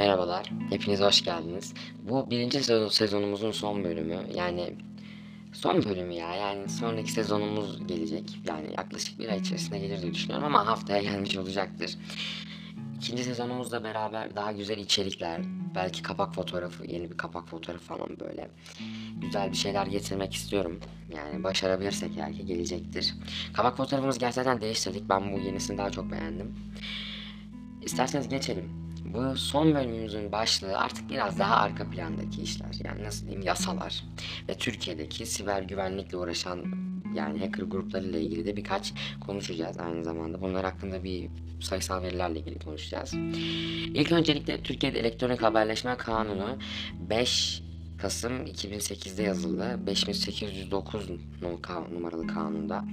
Merhabalar, hepiniz hoş geldiniz. Bu birinci sezonumuzun son bölümü. Yani son bölümü ya. Yani sonraki sezonumuz gelecek. Yani yaklaşık bir ay içerisinde gelir diye düşünüyorum ama haftaya gelmiş olacaktır. İkinci sezonumuzla beraber daha güzel içerikler, belki kapak fotoğrafı, yeni bir kapak fotoğrafı falan böyle. Güzel bir şeyler getirmek istiyorum. Yani başarabilirsek eğer ki gelecektir. Kapak fotoğrafımızı gerçekten değiştirdik. Ben bu yenisini daha çok beğendim. İsterseniz geçelim. Bu son bölümümüzün başlığı artık biraz daha arka plandaki işler. Yani nasıl diyeyim, yasalar ve Türkiye'deki siber güvenlikle uğraşan yani hacker grupları ile ilgili de birkaç konuşacağız aynı zamanda. Bunlar hakkında bir sayısal verilerle ilgili konuşacağız. İlk öncelikle Türkiye'de Elektronik Haberleşme Kanunu 5 Kasım 2008'de yazıldı. 5809 numaralı kanunda.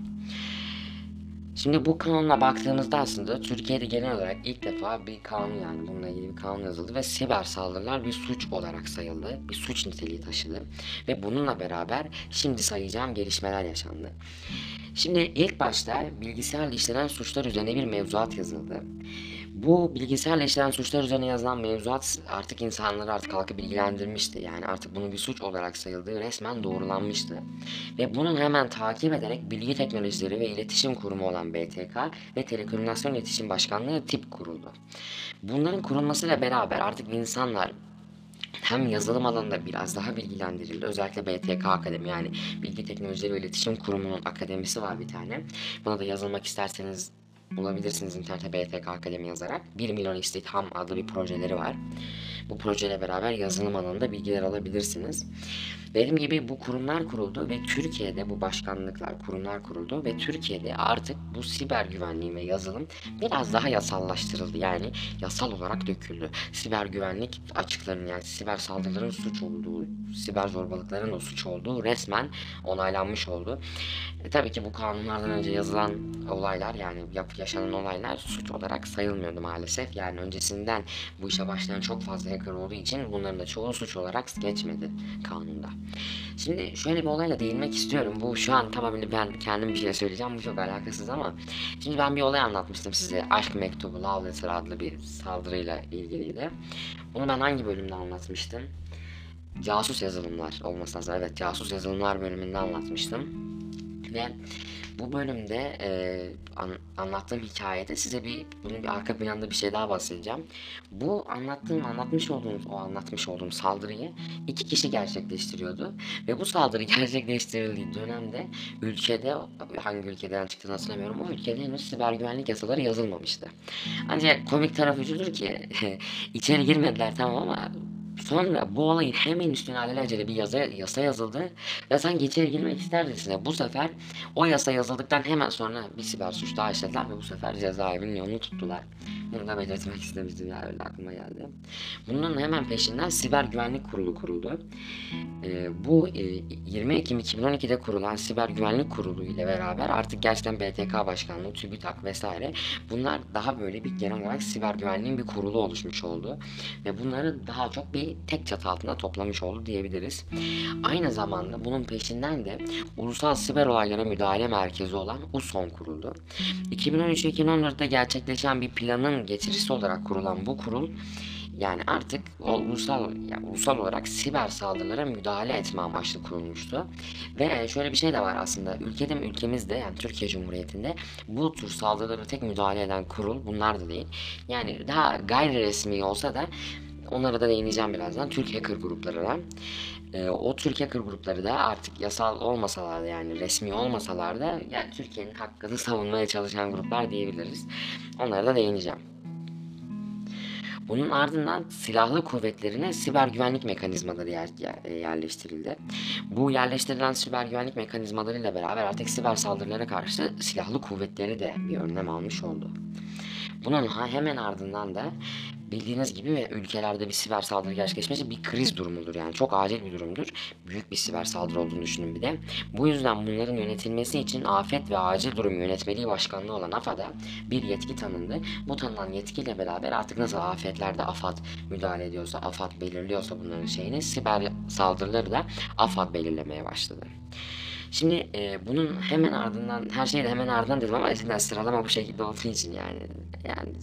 Şimdi bu kanuna baktığımızda aslında Türkiye'de genel olarak ilk defa bir kanun, yani bununla ilgili bir kanun yazıldı ve siber saldırılar bir suç olarak sayıldı. Bir suç niteliği taşıdı ve bununla beraber şimdi sayacağım gelişmeler yaşandı. Şimdi ilk başta bilgisayarla işlenen suçlar üzerine bir mevzuat yazıldı. Bu bilgisayarla işlenen suçlar üzerine yazılan mevzuat artık insanları halkı bilgilendirmişti. Yani artık bunun bir suç olarak sayıldığı resmen doğrulanmıştı. Ve bunun hemen takip ederek Bilgi Teknolojileri ve İletişim Kurumu olan BTK ve Telekomünikasyon İletişim Başkanlığı TİP kuruldu. Bunların kurulmasıyla beraber artık insanlar hem yazılım alanında biraz daha bilgilendirildi. Özellikle BTK Akademi, yani Bilgi Teknolojileri ve İletişim Kurumu'nun akademisi var bir tane. Buna da yazılmak isterseniz bulabilirsiniz internete, BTK Akademi yazarak. 1 milyon istihdam adlı bir projeleri var. Bu projeyle beraber yazılım alanında bilgiler alabilirsiniz. Dediğim gibi bu kurumlar kuruldu ve Türkiye'de bu başkanlıklar, kurumlar kuruldu ve Türkiye'de artık bu siber güvenliği ve yazılım biraz daha yasallaştırıldı. Yani yasal olarak döküldü. Siber güvenlik açıklarının, yani siber saldırıların suç olduğu, siber zorbalıkların da suç olduğu resmen onaylanmış oldu. Tabii ki bu kanunlardan önce yazılan olaylar, yani yaşanan olaylar suç olarak sayılmıyordu maalesef. Yani öncesinden bu işe başlayan çok fazla hacker olduğu için bunların da çoğu suç olarak geçmedi kanunda. Şimdi şöyle bir olayla değinmek istiyorum. Bu şu an tamamen ben kendim bir şey söyleyeceğim. Bu çok alakasız ama şimdi ben bir olay anlatmıştım size. Aşk Mektubu Love Letter adlı bir saldırıyla ilgiliydi. Bunu ben hangi bölümde anlatmıştım? Casus yazılımlar olması lazım. Evet, casus yazılımlar bölümünde anlatmıştım. Ve bu bölümde anlattığım hikayede size bunun bir arka planda bir şey daha bahsedeceğim. Bu anlatmış olduğum saldırıyı iki kişi gerçekleştiriyordu ve bu saldırı gerçekleştirildiği dönemde ülkede, hangi ülkeden çıktığını hatırlamıyorum, o ülkede henüz siber güvenlik yasaları yazılmamıştı. Ancak komik tarafı şudur ki içeri girmediler, tamam, ama sonra bu olayın hemen üstüne alelacele bir yasa yazıldı ve sanki içeri girmek istercesine bu sefer o yasa yazıldıktan hemen sonra bir siber suç daha işlediler ve bu sefer cezaevinin yolunu tuttular. Bunu da belirtmek istemiştim ya, öyle aklıma geldi. Bunun hemen peşinden Siber Güvenlik Kurulu kuruldu. Bu 20 Ekim 2012'de kurulan Siber Güvenlik Kurulu ile beraber artık gerçekten BTK Başkanlığı, TÜBİTAK vesaire, bunlar daha böyle bir genel olarak siber güvenliğin bir kurulu oluşmuş oldu. Ve bunları daha çok bir tek çatı altında toplamış oldu diyebiliriz. Aynı zamanda bunun peşinden de Ulusal Siber Olaylara Müdahale Merkezi olan USON kuruldu. 2013-2014'te gerçekleşen bir planın getirisi olarak kurulan bu kurul, yani artık ulusal olarak siber saldırılara müdahale etme amaçlı kurulmuştu. Ve şöyle bir şey de var aslında, ülkemizde, yani Türkiye Cumhuriyeti'nde bu tür saldırılara tek müdahale eden kurul bunlar da değil. Yani daha gayri resmi olsa da onlara da değineceğim birazdan. Türk hacker grupları var. O Türk hacker grupları da artık yasal olmasalar da, yani resmi olmasalar da, yani Türkiye'nin hakkını savunmaya çalışan gruplar diyebiliriz. Onlara da değineceğim. Bunun ardından silahlı kuvvetlerine siber güvenlik mekanizmaları yerleştirildi. Bu yerleştirilen siber güvenlik mekanizmalarıyla beraber artık siber saldırılara karşı silahlı kuvvetleri de bir önlem almış oldu. Bunun hemen ardından da bildiğiniz gibi ülkelerde bir siber saldırı gerçekleşmesi bir kriz durumudur, yani çok acil bir durumdur. Büyük bir siber saldırı olduğunu düşünün bir de. Bu yüzden bunların yönetilmesi için Afet ve Acil Durum Yönetmeliği Başkanlığı olan AFAD'a bir yetki tanındı. Bu tanınan yetkiyle beraber artık nasıl afetlerde AFAD müdahale ediyorsa, AFAD belirliyorsa bunların şeyini, siber saldırıları da AFAD belirlemeye başladı. Şimdi bunun hemen ardından, her şeyi de hemen ardından dedim ama cidden sıralama bu şekilde olduğu için yani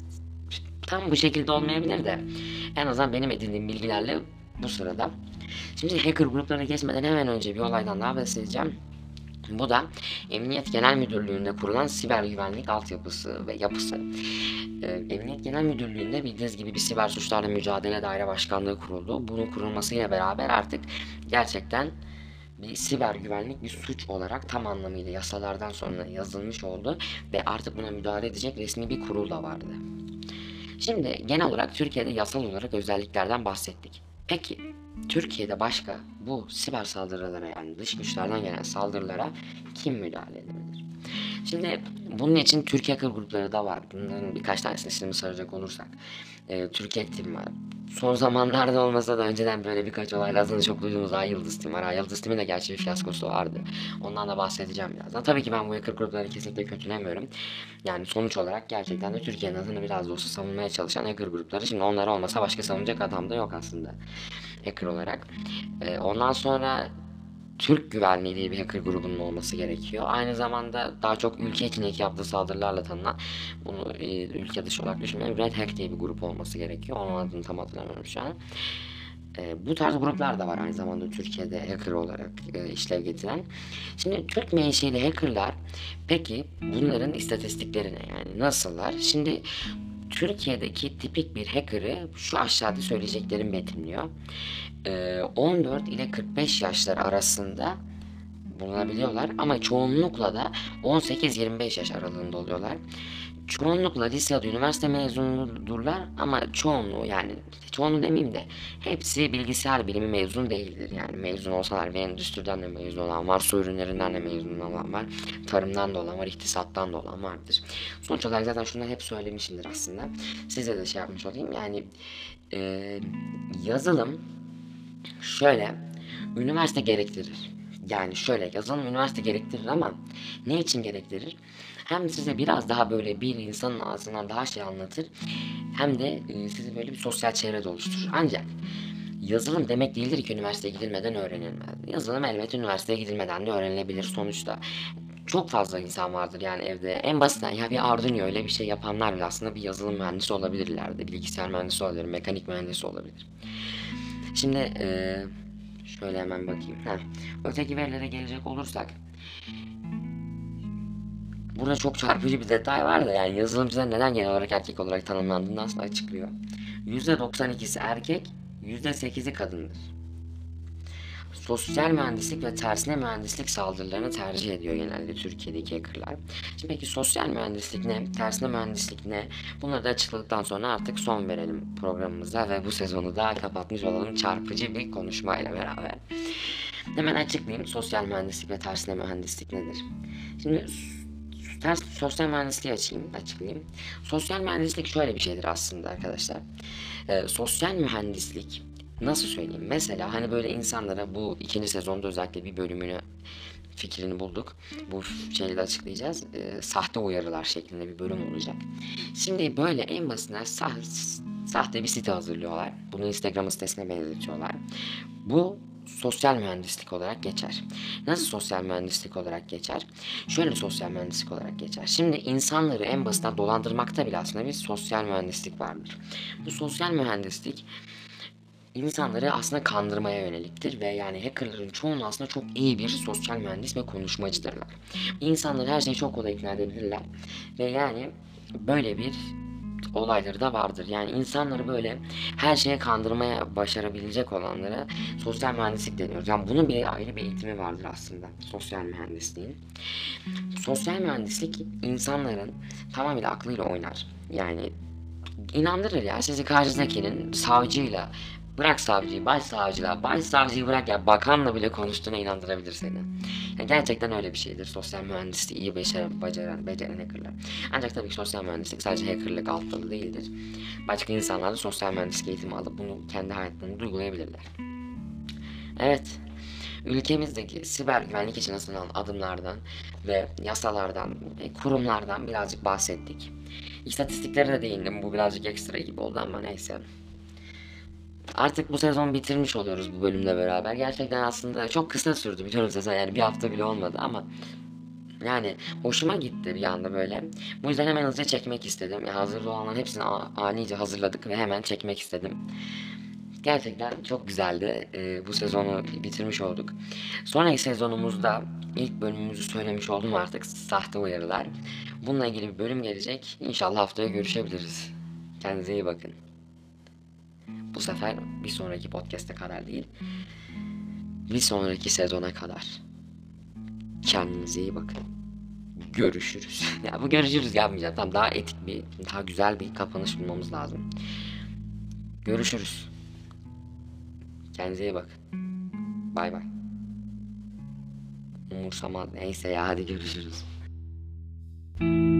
tam bu şekilde olmayabilir de en azından benim edindiğim bilgilerle bu sırada. Şimdi hacker gruplarına geçmeden hemen önce bir olaydan daha bahsedeceğim. Bu da Emniyet Genel Müdürlüğü'nde kurulan siber güvenlik altyapısı ve yapısı. Emniyet Genel Müdürlüğü'nde bildiğiniz gibi bir siber suçlarla mücadele daire başkanlığı kuruldu. Bunun kurulmasıyla beraber artık gerçekten bir siber güvenlik bir suç olarak tam anlamıyla yasalardan sonra yazılmış oldu ve artık buna müdahale edecek resmi bir kurul da vardı. Şimdi genel olarak Türkiye'de yasal olarak özelliklerden bahsettik. Peki Türkiye'de başka bu siber saldırılara, yani dış güçlerden gelen saldırılara kim müdahale edebilir? Şimdi bunun için Türkiye hacker grupları da var. Bunların birkaç tanesini şimdi saracak olursak. Türkiye Team var. Son zamanlarda olmasa da önceden böyle birkaç olayla adını çok duyduğumuz Ay Yıldız Team var. Ay Yıldız Team'in de gerçi bir fiyaskosu vardı. Ondan da bahsedeceğim birazdan. Tabii ki ben bu hacker gruplarını kesinlikle kötülemiyorum. Yani sonuç olarak gerçekten de Türkiye'nin adını biraz da olsa savunmaya çalışan hacker grupları. Şimdi onlar olmasa başka savunacak adam da yok aslında hacker olarak. Ondan sonra Türk güvenliği diye bir hacker grubunun olması gerekiyor. Aynı zamanda daha çok ülke içindeki yaptığı saldırılarla tanınan, bunu ülke dışı olarak düşünmeyin, Red Hack diye bir grup olması gerekiyor. Onun adını tam hatırlamıyorum şu an. Bu tarz gruplar da var aynı zamanda Türkiye'de hacker olarak işlev getiren. Şimdi Türk menşeli hackerlar, peki bunların istatistiklerine, yani nasıllar? Şimdi Türkiye'deki tipik bir hacker'ı şu aşağıda söyleyeceklerim betimliyor. 14 ile 45 yaşlar arasında bulunabiliyorlar ama çoğunlukla da 18-25 yaş aralığında oluyorlar. Çoğunlukla lise ya da üniversite mezunudurlar ama çoğunluğu, yani çoğunluğu demeyeyim de hepsi bilgisayar bilimi mezun değildir. Yani mezun olsalar ve endüstriden de mezun olan var, su ürünlerinden de mezun olan var, tarımdan da olan var, iktisattan da olan vardır. Sonuç olarak zaten şunları hep söylemişimdir aslında. Size de şey yapmış olayım, yani yazılım şöyle üniversite gerektirir. Yani şöyle yazılım üniversite gerektirir ama ne için gerektirir? Hem size biraz daha böyle bir insanın ağzından daha şey anlatır, hem de size böyle bir sosyal çevre de oluşturur. Ancak yazılım demek değildir ki üniversiteye gidilmeden öğrenilmez. Yazılım elbette üniversiteye gidilmeden de öğrenilebilir sonuçta. Çok fazla insan vardır yani evde. En basitten ya bir Arduino öyle bir şey yapanlar bile aslında bir yazılım mühendisi olabilirlerdi. Bilgisayar mühendisi olabilir, mekanik mühendisi olabilir. Şimdi şöyle hemen bakayım. Öteki verilere gelecek olursak, burada çok çarpıcı bir detay var da, yani yazılımcılar neden genel olarak erkek olarak tanımlandığını aslında açıklıyor. %92'si erkek, %8'i kadındır. Sosyal mühendislik ve tersine mühendislik saldırılarını tercih ediyor genelde Türkiye'deki hackerlar. Şimdi peki sosyal mühendislik ne, tersine mühendislik ne? Bunları da açıkladıktan sonra artık son verelim programımıza ve bu sezonu da kapatmış olalım çarpıcı bir konuşmayla beraber. Hemen açıklayayım, sosyal mühendislik ve tersine mühendislik nedir? Şimdi sosyal mühendisliği açıklayayım. Sosyal mühendislik şöyle bir şeydir aslında arkadaşlar. Sosyal mühendislik nasıl söyleyeyim? Mesela hani böyle insanlara, bu ikinci sezonda özellikle bir bölümünü, fikrini bulduk. Bu şeyi de açıklayacağız. Sahte uyarılar şeklinde bir bölüm olacak. Şimdi böyle en basitinden sahte bir site hazırlıyorlar. Bunu Instagram sitesine benzetiyorlar. Bu sosyal mühendislik olarak geçer. Nasıl sosyal mühendislik olarak geçer? Şöyle sosyal mühendislik olarak geçer. Şimdi insanları en basitinden dolandırmakta bile aslında bir sosyal mühendislik vardır. Bu sosyal mühendislik insanları aslında kandırmaya yöneliktir ve yani hackerların çoğunluğu aslında çok iyi bir sosyal mühendis ve konuşmacıdırlar. İnsanları her şeyi çok kolay ikna edebilirler ve yani böyle bir olayları da vardır. Yani insanları böyle her şeye kandırmaya başarabilecek olanlara sosyal mühendislik deniyor. Yani bunun bir ayrı bir eğitimi vardır aslında sosyal mühendisliğin. Sosyal mühendislik insanların tamamıyla aklıyla oynar. Yani inandırır ya, sizi karşıdakinin savcıyla, bırak savcıyı, başsavcıyı bırak ya, bakanla bile konuştuğuna inandırabilir seni. Yani gerçekten öyle bir şeydir sosyal mühendisliği iyi beceren hackerlar. Ancak tabii ki sosyal mühendislik sadece hackerlık alt dalı değildir. Başka insanlar da sosyal mühendislik eğitimi alıp bunu kendi hayatlarında uygulayabilirler. Evet, ülkemizdeki siber güvenlik için atılan adımlardan ve yasalardan ve kurumlardan birazcık bahsettik. İstatistiklere de değindim, bu birazcık ekstra gibi oldu ama neyse. Artık bu sezon bitirmiş oluyoruz bu bölümle beraber. Gerçekten aslında çok kısa sürdü, biliyorum sezon, yani bir hafta bile olmadı ama Yani hoşuma gitti bir anda böyle. Bu yüzden hemen hızlıca çekmek istedim. Ya hazırda olanların hepsini anice hazırladık ve hemen çekmek istedim. Gerçekten çok güzeldi. Bu sezonu bitirmiş olduk. Sonraki sezonumuzda ilk bölümümüzü söylemiş oldum artık. Sahte uyarılar. Bununla ilgili bir bölüm gelecek. İnşallah haftaya görüşebiliriz. Kendinize iyi bakın. Bu sefer bir sonraki podcast'e kadar değil, bir sonraki sezona kadar. Kendinize iyi bakın. Görüşürüz. Ya bu görüşürüz yapmayacağım. Tam daha etik bir, daha güzel bir kapanış bulmamız lazım. Görüşürüz. Kendinize iyi bakın. Bay bay. Umursamaz. Neyse ya hadi görüşürüz.